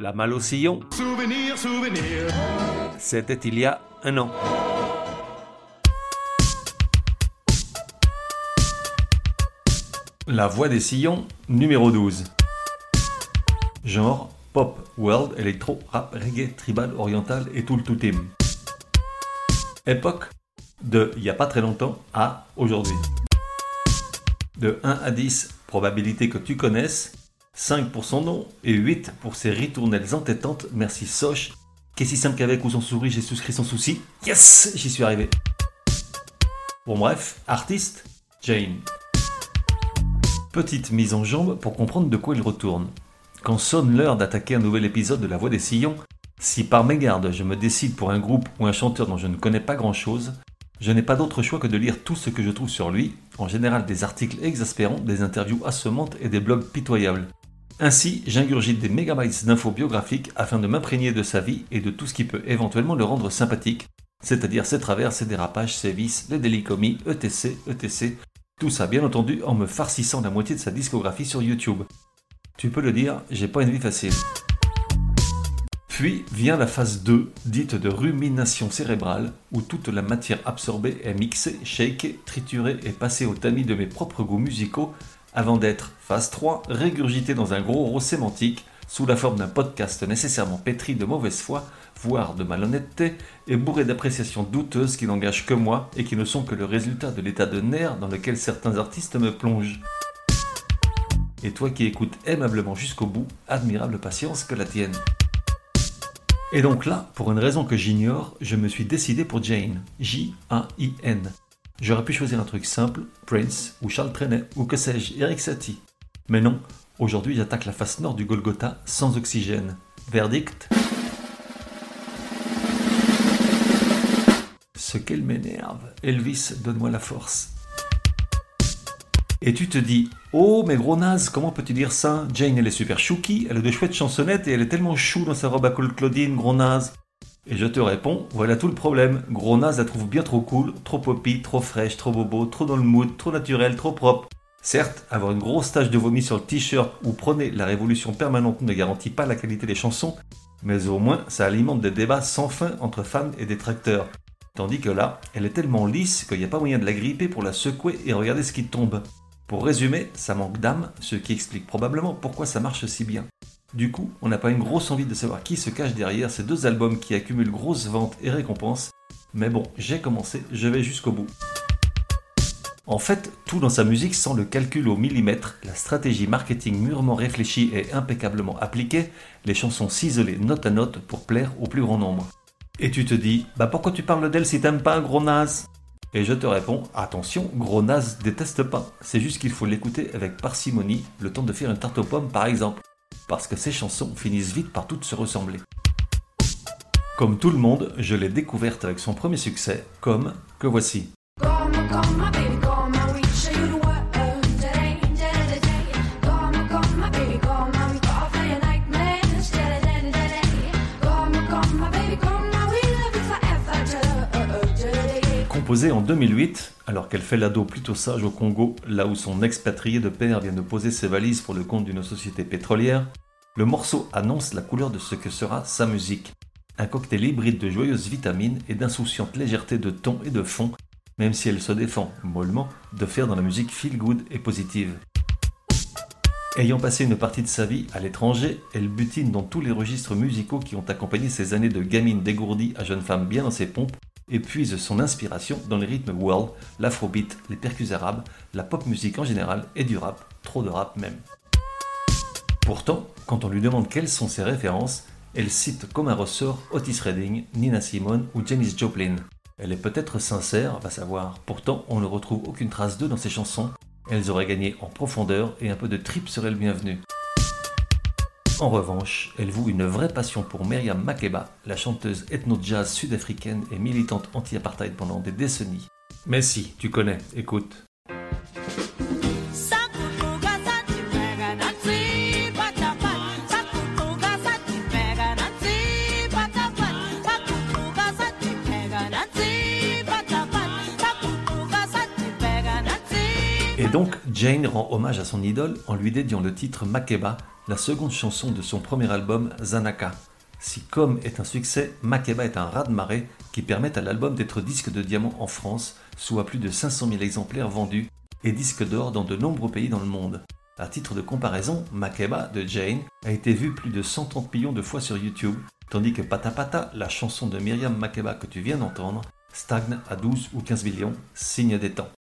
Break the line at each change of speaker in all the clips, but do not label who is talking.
La malle au sillon.
Souvenir, souvenir.
C'était il y a un an. La voix des sillons, numéro 12. Genre, pop, world, électro, rap, reggae, tribal, oriental et tout le tout team. Époque, de il n'y a pas très longtemps à aujourd'hui. De 1 à 10, probabilité que tu connaisses, 5 pour son nom et 8 pour ses ritournelles entêtantes, merci Soch. Qu'est-ce si simple qu'avec ou sans souris, j'ai souscrit sans souci. Yes, j'y suis arrivé. Bon bref, artiste, Jane. Petite mise en jambe pour comprendre de quoi il retourne. Quand sonne l'heure d'attaquer un nouvel épisode de La Voix des Sillons, si par mégarde je me décide pour un groupe ou un chanteur dont je ne connais pas grand-chose, je n'ai pas d'autre choix que de lire tout ce que je trouve sur lui, en général des articles exaspérants, des interviews assommantes et des blogs pitoyables. Ainsi, j'ingurgite des mégabytes d'infos biographiques afin de m'imprégner de sa vie et de tout ce qui peut éventuellement le rendre sympathique, c'est-à-dire ses travers, ses dérapages, ses vices, les délits commis, etc. Tout ça bien entendu en me farcissant la moitié de sa discographie sur YouTube. Tu peux le dire, j'ai pas une vie facile. Puis vient la phase 2, dite de rumination cérébrale, où toute la matière absorbée est mixée, shakée, triturée et passée au tamis de mes propres goûts musicaux, avant d'être, phase 3, régurgitée dans un gros rot sémantique, sous la forme d'un podcast nécessairement pétri de mauvaise foi, voire de malhonnêteté, et bourré d'appréciations douteuses qui n'engagent que moi et qui ne sont que le résultat de l'état de nerfs dans lequel certains artistes me plongent. Et toi qui écoutes aimablement jusqu'au bout, admirable patience que la tienne. Et donc là, pour une raison que j'ignore, je me suis décidé pour Jane, J-A-I-N. J'aurais pu choisir un truc simple, Prince, ou Charles Trenet, ou que sais-je, Eric Satie. Mais non, aujourd'hui j'attaque la face nord du Golgotha sans oxygène. Verdict ? Ce qu'elle m'énerve. Elvis, donne-moi la force. Et tu te dis, oh mais gros naze, comment peux-tu dire ça? Jane elle est super chouki, elle a de chouettes chansonnettes et elle est tellement chou dans sa robe à col Claudine, gros naze. Et je te réponds, voilà tout le problème. Gros naze la trouve bien trop cool, trop poppy, trop fraîche, trop bobo, trop dans le mood, trop naturel, trop propre. Certes, avoir une grosse tache de vomi sur le t-shirt ou prôner la révolution permanente ne garantit pas la qualité des chansons, mais au moins ça alimente des débats sans fin entre fans et détracteurs. Tandis que là, elle est tellement lisse qu'il n'y a pas moyen de la gripper pour la secouer et regarder ce qui tombe. Pour résumer, ça manque d'âme, ce qui explique probablement pourquoi ça marche si bien. Du coup, on n'a pas une grosse envie de savoir qui se cache derrière ces deux albums qui accumulent grosses ventes et récompenses, mais bon, j'ai commencé, je vais jusqu'au bout. En fait, tout dans sa musique sent le calcul au millimètre, la stratégie marketing mûrement réfléchie et impeccablement appliquée, les chansons ciselées note à note pour plaire au plus grand nombre. Et tu te dis, bah pourquoi tu parles d'elle si t'aimes pas, gros naze? Et je te réponds, attention, gros naze déteste pas, c'est juste qu'il faut l'écouter avec parcimonie, le temps de faire une tarte aux pommes par exemple, parce que ces chansons finissent vite par toutes se ressembler. Comme tout le monde, je l'ai découverte avec son premier succès, comme que voici. Composée en 2008, alors qu'elle fait l'ado plutôt sage au Congo, là où son expatrié de père vient de poser ses valises pour le compte d'une société pétrolière, le morceau annonce la couleur de ce que sera sa musique. Un cocktail hybride de joyeuses vitamines et d'insouciante légèreté de ton et de fond, même si elle se défend, mollement, de faire dans la musique feel good et positive. Ayant passé une partie de sa vie à l'étranger, elle butine dans tous les registres musicaux qui ont accompagné ses années de gamine dégourdie à jeune femme bien dans ses pompes, et puise son inspiration dans les rythmes world, l'afrobeat, les percus arabes, la pop musique en général et du rap, trop de rap même. Pourtant, quand on lui demande quelles sont ses références, elle cite comme un ressort Otis Redding, Nina Simone ou Janis Joplin. Elle est peut-être sincère, va savoir, pourtant on ne retrouve aucune trace d'eux dans ses chansons, elles auraient gagné en profondeur et un peu de trip serait le bienvenu. En revanche, elle voue une vraie passion pour Miriam Makeba, la chanteuse ethno-jazz sud-africaine et militante anti-apartheid pendant des décennies. Mais si, tu connais, écoute. Et Et donc, Jane rend hommage à son idole en lui dédiant le titre Makeba, la seconde chanson de son premier album Zanaka. Si Comme est un succès, Makeba est un raz-de-marée qui permet à l'album d'être disque de diamant en France, soit plus de 500 000 exemplaires vendus, et disque d'or dans de nombreux pays dans le monde. À titre de comparaison, Makeba de Jane a été vu plus de 130 millions de fois sur YouTube, tandis que Pata Pata, la chanson de Myriam Makeba que tu viens d'entendre, stagne à 12 ou 15 millions, signe des temps.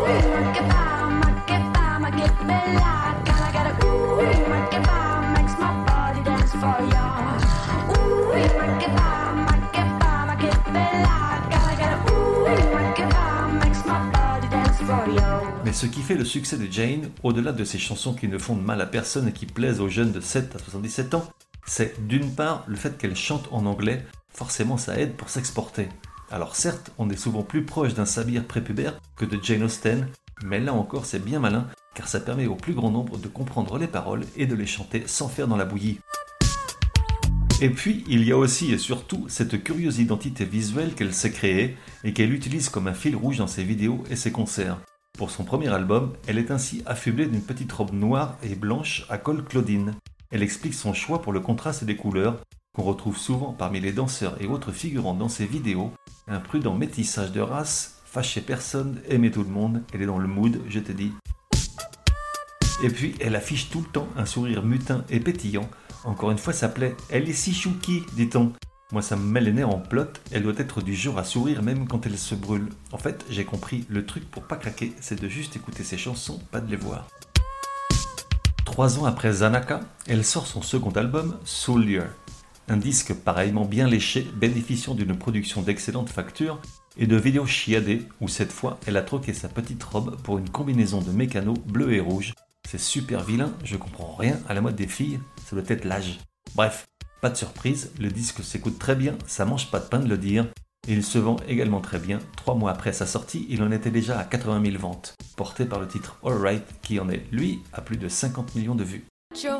Mais ce qui fait le succès de Jane, au-delà de ses chansons qui ne font de mal à personne et qui plaisent aux jeunes de 7 à 77 ans, c'est d'une part le fait qu'elle chante en anglais, forcément ça aide pour s'exporter. Alors certes, on est souvent plus proche d'un Sabir prépubère que de Jane Austen, mais là encore c'est bien malin, car ça permet au plus grand nombre de comprendre les paroles et de les chanter sans faire dans la bouillie. Et puis, il y a aussi et surtout cette curieuse identité visuelle qu'elle s'est créée et qu'elle utilise comme un fil rouge dans ses vidéos et ses concerts. Pour son premier album, elle est ainsi affublée d'une petite robe noire et blanche à col Claudine. Elle explique son choix pour le contraste des couleurs, qu'on retrouve souvent parmi les danseurs et autres figurants dans ses vidéos, un prudent métissage de race, fâcher personne, aimer tout le monde, elle est dans le mood, je te dis. Et puis, elle affiche tout le temps un sourire mutin et pétillant. Encore une fois, ça plaît. Elle est si chouki, dit-on. Moi, ça me met les nerfs en plot. Elle doit être du genre à sourire même quand elle se brûle. En fait, j'ai compris, le truc pour pas craquer, c'est de juste écouter ses chansons, pas de les voir. 3 ans après Zanaka, elle sort son second album, Soldier. Un disque pareillement bien léché, bénéficiant d'une production d'excellente facture et de vidéos chiadées, où cette fois, elle a troqué sa petite robe pour une combinaison de mécano bleu et rouge. C'est super vilain, je comprends rien à la mode des filles, ça doit être l'âge. Bref, pas de surprise, le disque s'écoute très bien, ça mange pas de pain de le dire, et il se vend également très bien. 3 mois après sa sortie, il en était déjà à 80 000 ventes, porté par le titre Alright, qui en est, lui, à plus de 50 millions de vues.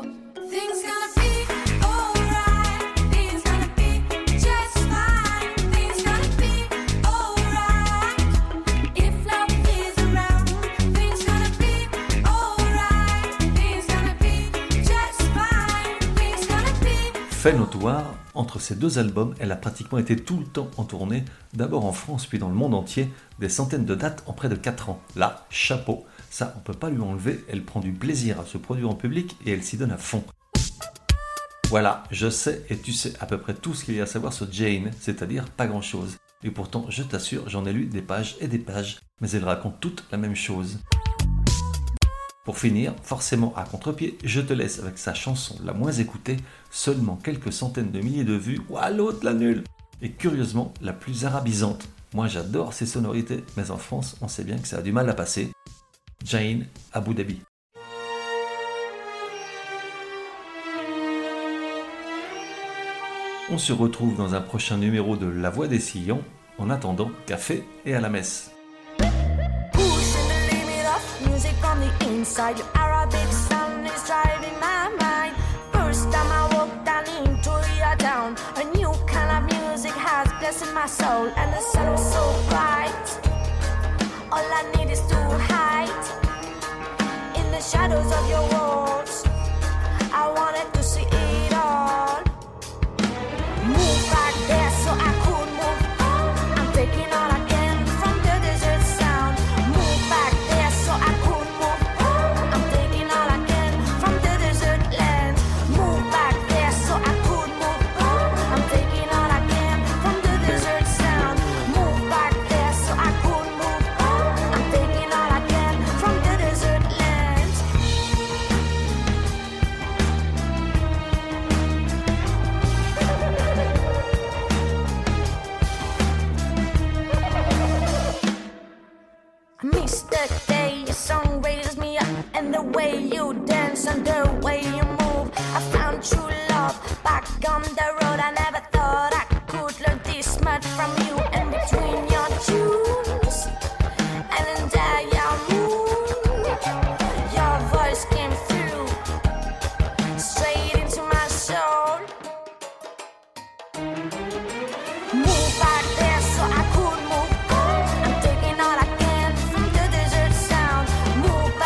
Fait notoire, entre ces deux albums, elle a pratiquement été tout le temps en tournée, d'abord en France puis dans le monde entier, des centaines de dates en près de 4 ans. Là, chapeau, ça on peut pas lui enlever, elle prend du plaisir à se produire en public et elle s'y donne à fond. Voilà, je sais et tu sais à peu près tout ce qu'il y a à savoir sur Jane, c'est-à-dire pas grand-chose. Et pourtant, je t'assure, j'en ai lu des pages et des pages, mais elles racontent toutes la même chose. Pour finir, forcément à contre-pied, je te laisse avec sa chanson la moins écoutée, seulement quelques centaines de milliers de vues, ouah l'autre la nulle, et curieusement la plus arabisante. Moi j'adore ces sonorités, mais en France on sait bien que ça a du mal à passer. Jane, Abu Dhabi. On se retrouve dans un prochain numéro de La Voix des Sillons. En attendant, café et à la messe.
On the inside, your Arabic sound is driving my mind. First time I walked down into your town, a new kind of music has blessed my soul, and the sun was so bright. All I need is to hide in the shadows of your walls. I wanted to see it all. Move back there so I could move on. I'm taking all I can from the desert sound. Move back there so I could. Mr. Day, your song raises me up, and the way you dance and the way you move, I found true love back on the road. I never thought I could learn this much from you, and between your tunes and in there your mood, your voice came through straight into my soul. Move back there so I could move on. I'm taking all I can from the desert sound. Move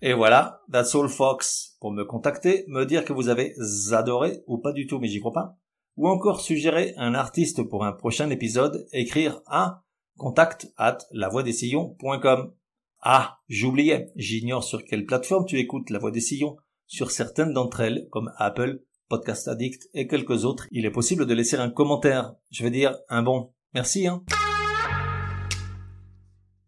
Et voilà, that's all folks. Pour me contacter, me dire que vous avez adoré ou pas du tout, mais j'y crois pas. Ou encore suggérer un artiste pour un prochain épisode, écrire à contact@lavoixdessillons.com. Ah, j'oubliais, j'ignore sur quelle plateforme tu écoutes La Voix des Sillons. Sur certaines d'entre elles, comme Apple, Podcast Addict et quelques autres, il est possible de laisser un commentaire. Je veux dire, un bon. Merci, hein.